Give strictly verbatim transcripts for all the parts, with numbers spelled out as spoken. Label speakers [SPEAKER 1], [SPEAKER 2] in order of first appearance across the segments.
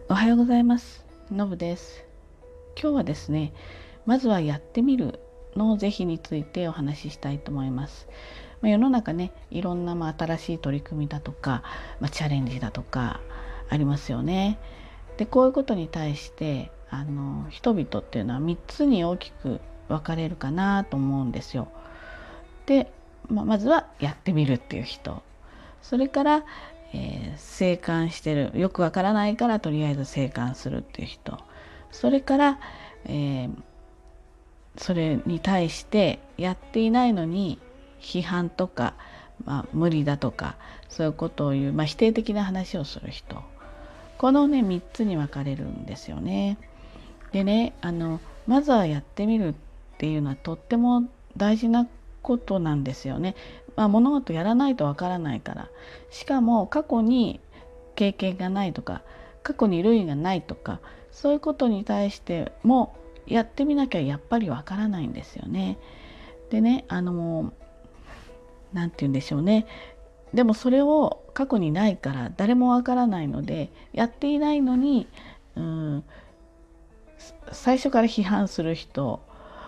[SPEAKER 1] おはようございます。のぶです。今日はですね、まずはやってみるの是非についてお話ししたいと思います。まあ、世の中ね、いろんなまあ新しい取り組みだとか、まあ、チャレンジだとかありますよね。で、こういうことに対してあの人々っていうのはみっつに大きく分かれるかなと思うんですよ。で、まあ、まずはやってみるっていう人、それから、えー、静観してる、よくわからないからとりあえず静観するっていう人、それから、えー、それに対してやっていないのに批判とか、まあ、無理だとかそういうことを言う、まあ、否定的な話をする人、このねみっつに分かれるんですよね。でね、あのまずはやってみるっていうのはとっても大事なことなんですよね。まあ、物事やらないとわからないから。しかも過去に経験がないとか過去に類がないとかそういうことに対してもやってみなきゃやっぱりわからないんですよね。でね、あのなんて言うんでしょうね。でもそれを過去にないから誰もわからないので、やっていないのに、うん、最初から批判する人、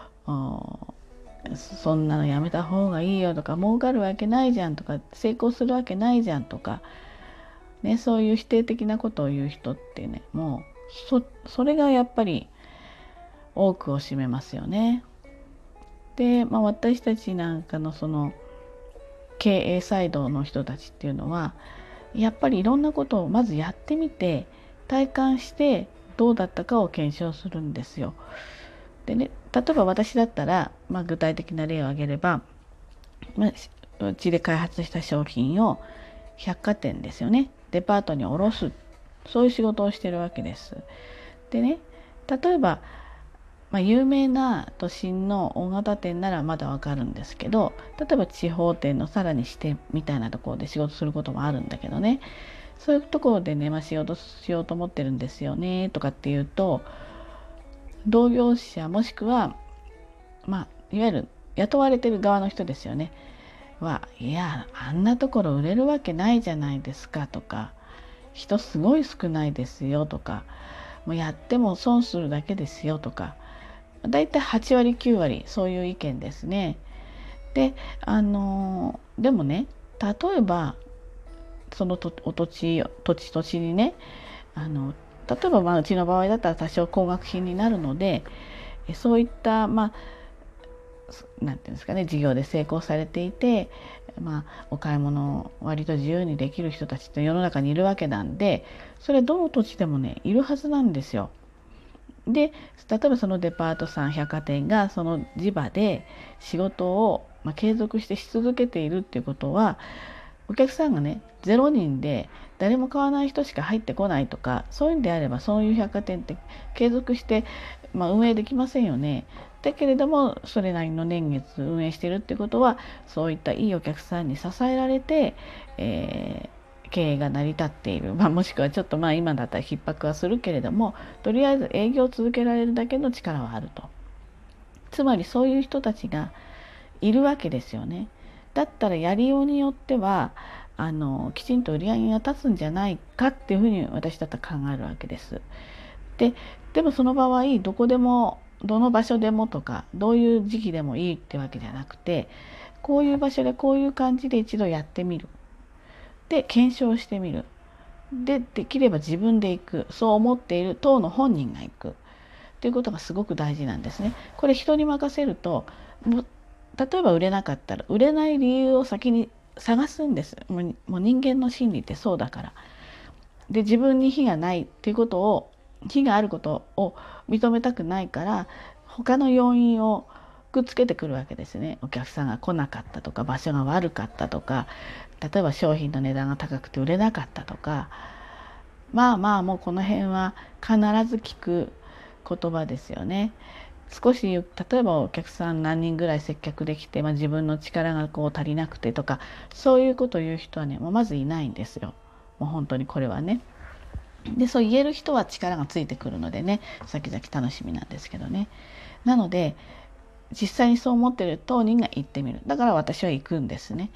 [SPEAKER 1] そんなのやめた方がいいよとか、儲かるわけないじゃんとか、成功するわけないじゃんとか、ね、そういう否定的なことを言う人ってね、もう そ, それがやっぱり多くを占めますよね。で、まあ、私たちなんかのその経営サイドの人たちっていうのはやっぱりいろんなことをまずやってみて体感してどうだったかを検証するんですよ。でね、例えば私だったら、まあ、具体的な例を挙げれば、まあ、うちで開発した商品を百貨店ですよね、デパートに卸す、そういう仕事をしてるわけです。でね、例えば、まあ、有名な都心の大型店ならまだわかるんですけど、例えば地方店のさらに支店みたいなところで仕事することもあるんだけどね、そういうところでね、まあ、仕事しようと思ってるんですよねとかっていうと、同業者もしくは、まあ、いわゆる雇われてる側の人ですよねは、いや、あんなところ売れるわけないじゃないですかとか、人すごい少ないですよとか、もうやっても損するだけですよとか、だいたいはち割きゅう割そういう意見ですね。で、あのでもね、例えばそのとお土地土地土地にね、あの例えばまあうちの場合だったら多少高額品になるので、そういったまあなんていうんですかね、事業で成功されていて、まあ、お買い物を割と自由にできる人たちって世の中にいるわけなんで、それはどの土地でもねいるはずなんですよ。で、例えばそのデパートさん百貨店がその地場で仕事を、まあ、継続してし続けているっていうことは、お客さんがねゼロにんで誰も買わない人しか入ってこないとか、そういうんであればそういう百貨店って継続して、まあ、運営できませんよね。だけれどもそれなりの年月運営してるってことは、そういったいいお客さんに支えられて、えー経営が成り立っている、まあ、もしくはちょっとまあ今だったら逼迫はするけれども、とりあえず営業を続けられるだけの力はあると。つまりそういう人たちがいるわけですよね。だったらやりようによってはあのきちんと売り上げが立つんじゃないかっていうふうに私だったら考えるわけです。で、でもその場合どこでもどの場所でもとかどういう時期でもいいってわけじゃなくて、こういう場所でこういう感じで一度やってみる。で、検証してみる。で、できれば自分で行く。そう思っている当の本人が行く。っていうことがすごく大事なんですね。これ人に任せると、もう例えば売れなかったら売れない理由を先に探すんです。もうもう人間の心理ってそうだから。で、自分に非がないっていうことを、非があることを認めたくないから他の要因をくっつけてくるわけですね。お客さんが来なかったとか、場所が悪かったとか、例えば商品の値段が高くて売れなかったとか、まあまあもうこの辺は必ず聞く言葉ですよね。少し例えばお客さん何人ぐらい接客できて、まあ、自分の力がこう足りなくてとか、そういうことを言う人はねもうまずいないんですよ。もう本当にこれはね。で、そう言える人は力がついてくるのでね、先々楽しみなんですけどね。なので実際にそう思ってる当人が行ってみる。だから私は行くんですね。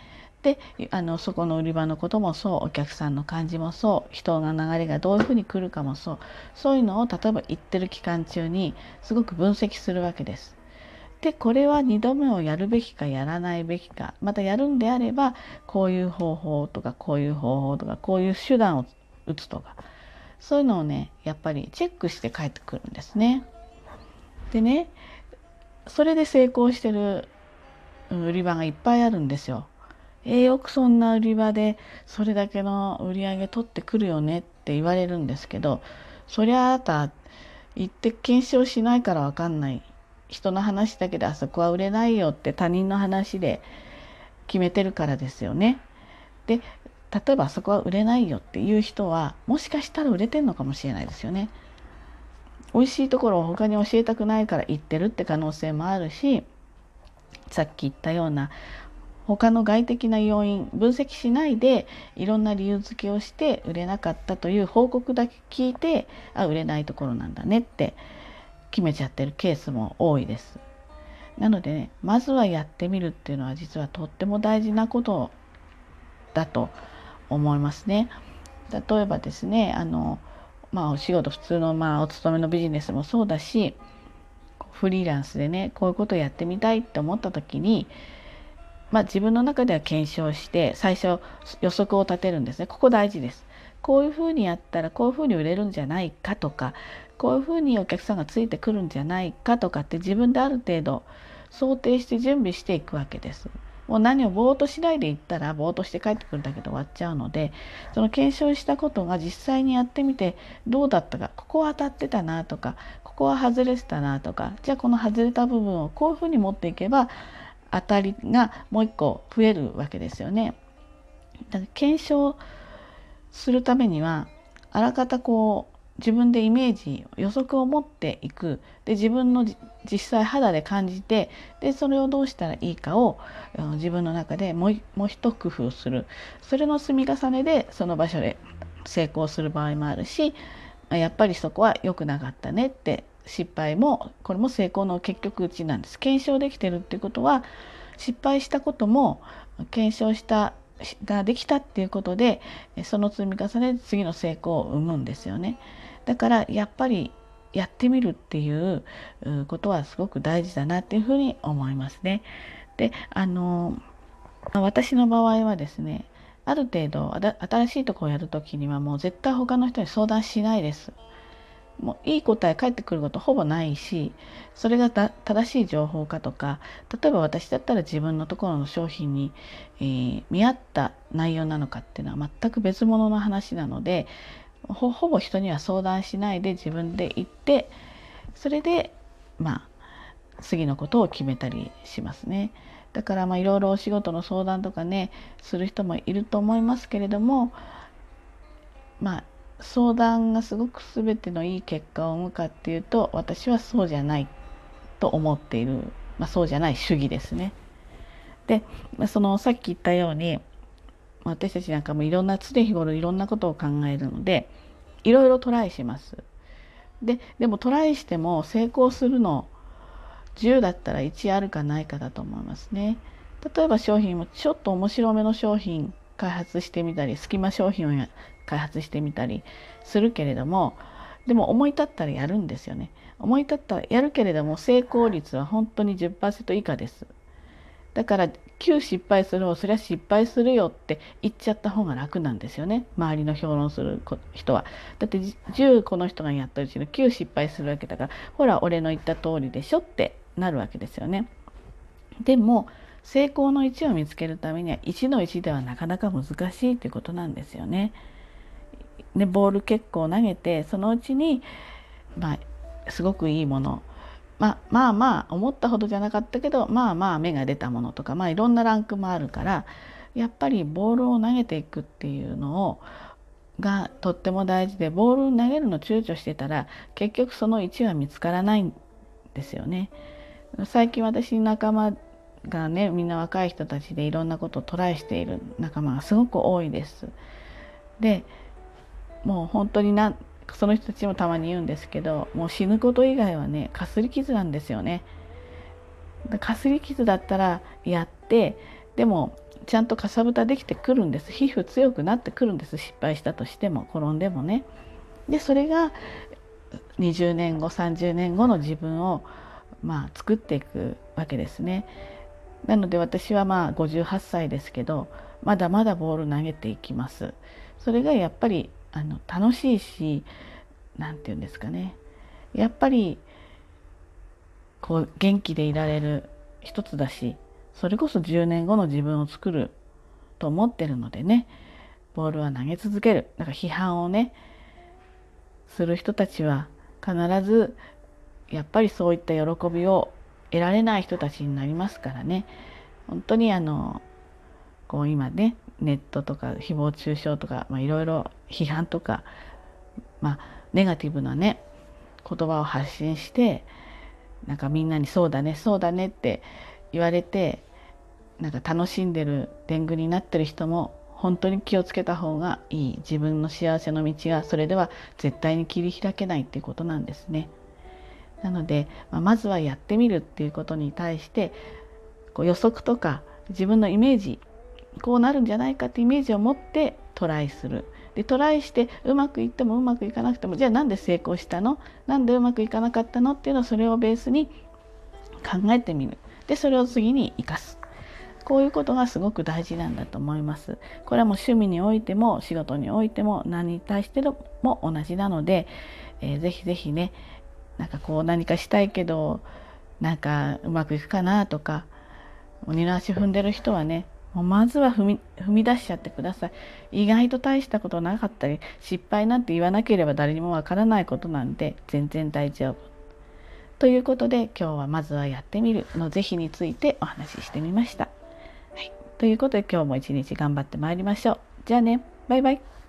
[SPEAKER 1] であのそこの売り場のこともそう、お客さんの感じもそう、人の流れがどういうふうに来るかもそう、そういうのを例えば行ってる期間中にすごく分析するわけです。でこれはにどめをやるべきかやらないべきか、またやるんであればこういう方法とかこういう方法とかこういう手段を打つとか、そういうのをねやっぱりチェックして帰ってくるんですね。でね、それで成功してる売り場がいっぱいあるんですよ。えー、よくそんな売り場でそれだけの売り上げ取ってくるよねって言われるんですけど、そりゃあなた行って検証しないから分かんない、人の話だけであそこは売れないよって他人の話で決めてるからですよね。で例えばあそこは売れないよっていう人はもしかしたら売れてんのかもしれないですよね。美味しいところを他に教えたくないから行ってるって可能性もあるし、さっき言ったような他の外的な要因分析しないでいろんな理由付けをして売れなかったという報告だけ聞いて、あ、売れないところなんだねって決めちゃってるケースも多いです。なのでね、まずはやってみるっていうのは実はとっても大事なことだと思いますね。例えばですね、あのまあお仕事、普通のまあお勤めのビジネスもそうだし、フリーランスでねこういうことをやってみたいって思った時に、まあ、自分の中では検証して最初予測を立てるんですね。ここ大事です。こういうふうにやったらこういうふうに売れるんじゃないかとか、こういうふうにお客さんがついてくるんじゃないかとかって自分である程度想定して準備していくわけです。もう何をぼーっとしないでいったらぼーっとして帰ってくるだけで終わっちゃうので、その検証したことが実際にやってみてどうだったか、ここは当たってたなとか、ここは外れてたなとか、じゃあこの外れた部分をこういうふうに持っていけば当たりがもう一個増えるわけですよね。だから検証するためにはあらかたこう自分でイメージ予測を持っていく、で自分の実際肌で感じて、でそれをどうしたらいいかを自分の中でもうもう一工夫する、それの積み重ねでその場所で成功する場合もあるし、やっぱりそこは良くなかったねって失敗も、これも成功の結局うちなんです。検証できてるっていうことは失敗したことも検証したができたっていうことで、その積み重ねで次の成功を生むんですよね。だからやっぱりやってみるっていうことはすごく大事だなっていうふうに思いますね。で、あの私の場合はですね、ある程度新しいところをやるときにはもう絶対他の人に相談しないです。もういい答え返ってくることほぼないし、それが正しい情報かとか、例えば私だったら自分のところの商品に、えー、見合った内容なのかっていうのは全く別物の話なので、ほほぼ人には相談しないで自分で行って、それでまあ次のことを決めたりしますね。だからまあいろいろお仕事の相談とかねする人もいると思いますけれども、まあ相談がすごく全てのいい結果を生むかっていうと私はそうじゃないと思っている、まあ、そうじゃない主義ですね。でそのさっき言ったように私たちなんかもいろんな常日頃いろんなことを考えるのでいろいろトライします。ででもトライしても成功するのじゅうだったらいちあるかないかだと思いますね。例えば商品もちょっと面白めの商品開発してみたり、隙間商品を開発してみたりするけれども、でも思い立ったらやるんですよね。思い立ったらやるけれども成功率は本当に じゅっパーセント 以下です。だからきゅう失敗するをそりゃ失敗するよって言っちゃった方が楽なんですよね、周りの評論する人は。だってじゅうこの人がやったうちのきゅう失敗するわけだから、ほら俺の言った通りでしょってなるわけですよね。でも成功のいちを見つけるためにはいちのいちではなかなか難しいということなんですよね。でボール結構投げてそのうちに、まあ、すごくいいもの、まあ、まあまあ思ったほどじゃなかったけどまあまあ芽が出たものとか、まあいろんなランクもあるから、やっぱりボールを投げていくっていうのをがとっても大事で、ボールを投げるの躊躇してたら結局そのいちは見つからないんですよね。最近私仲間がねみんな若い人たちでいろんなことをトライしている仲間がすごく多いです。でもう本当になその人たちもたまに言うんですけど、もう死ぬこと以外はねかすり傷なんですよね。かすり傷だったらやって、でもちゃんとかさぶたできてくるんです。皮膚強くなってくるんです。失敗したとしても転んでもね。でそれがにじゅうねんごさんじゅうねんごの自分をまあ作っていくわけですね。なので私はまあごじゅうはっさいですけど、まだまだボール投げていきます。それがやっぱりあの楽しいし、なんて言うんですかね、やっぱりこう元気でいられる一つだし、それこそじゅうねんごの自分を作ると思ってるのでね、ボールは投げ続ける。だから批判をねする人たちは必ずやっぱりそういった喜びを得られない人たちになりますからね。本当にあのこう今ねネットとか誹謗中傷とか、まあ、いろいろ批判とか、まあ、ネガティブなね言葉を発信して、なんかみんなにそうだねそうだねって言われて、なんか楽しんでる天狗になってる人も本当に気をつけた方がいい。自分の幸せの道がそれでは絶対に切り開けないっていうことなんですね。なので、まあ、まずはやってみるっていうことに対してこう予測とか自分のイメージ、こうなるんじゃないかってイメージを持ってトライする。でトライしてうまくいってもうまくいかなくても、じゃあなんで成功したの、なんでうまくいかなかったのっていうのをそれをベースに考えてみる。でそれを次に生かす。こういうことがすごく大事なんだと思います。これはもう趣味においても仕事においても何に対しても同じなので、えー、ぜひぜひね、なんかこう何かしたいけどなんかうまくいくかなとか、二の足踏んでる人はね、もうまずは踏み、踏み出しちゃってください。意外と大したことなかったり、失敗なんて言わなければ誰にもわからないことなんで全然大丈夫。ということで今日はまずはやってみるの是非についてお話ししてみました。はい、ということで今日も一日頑張ってまいりましょう。じゃあね、バイバイ。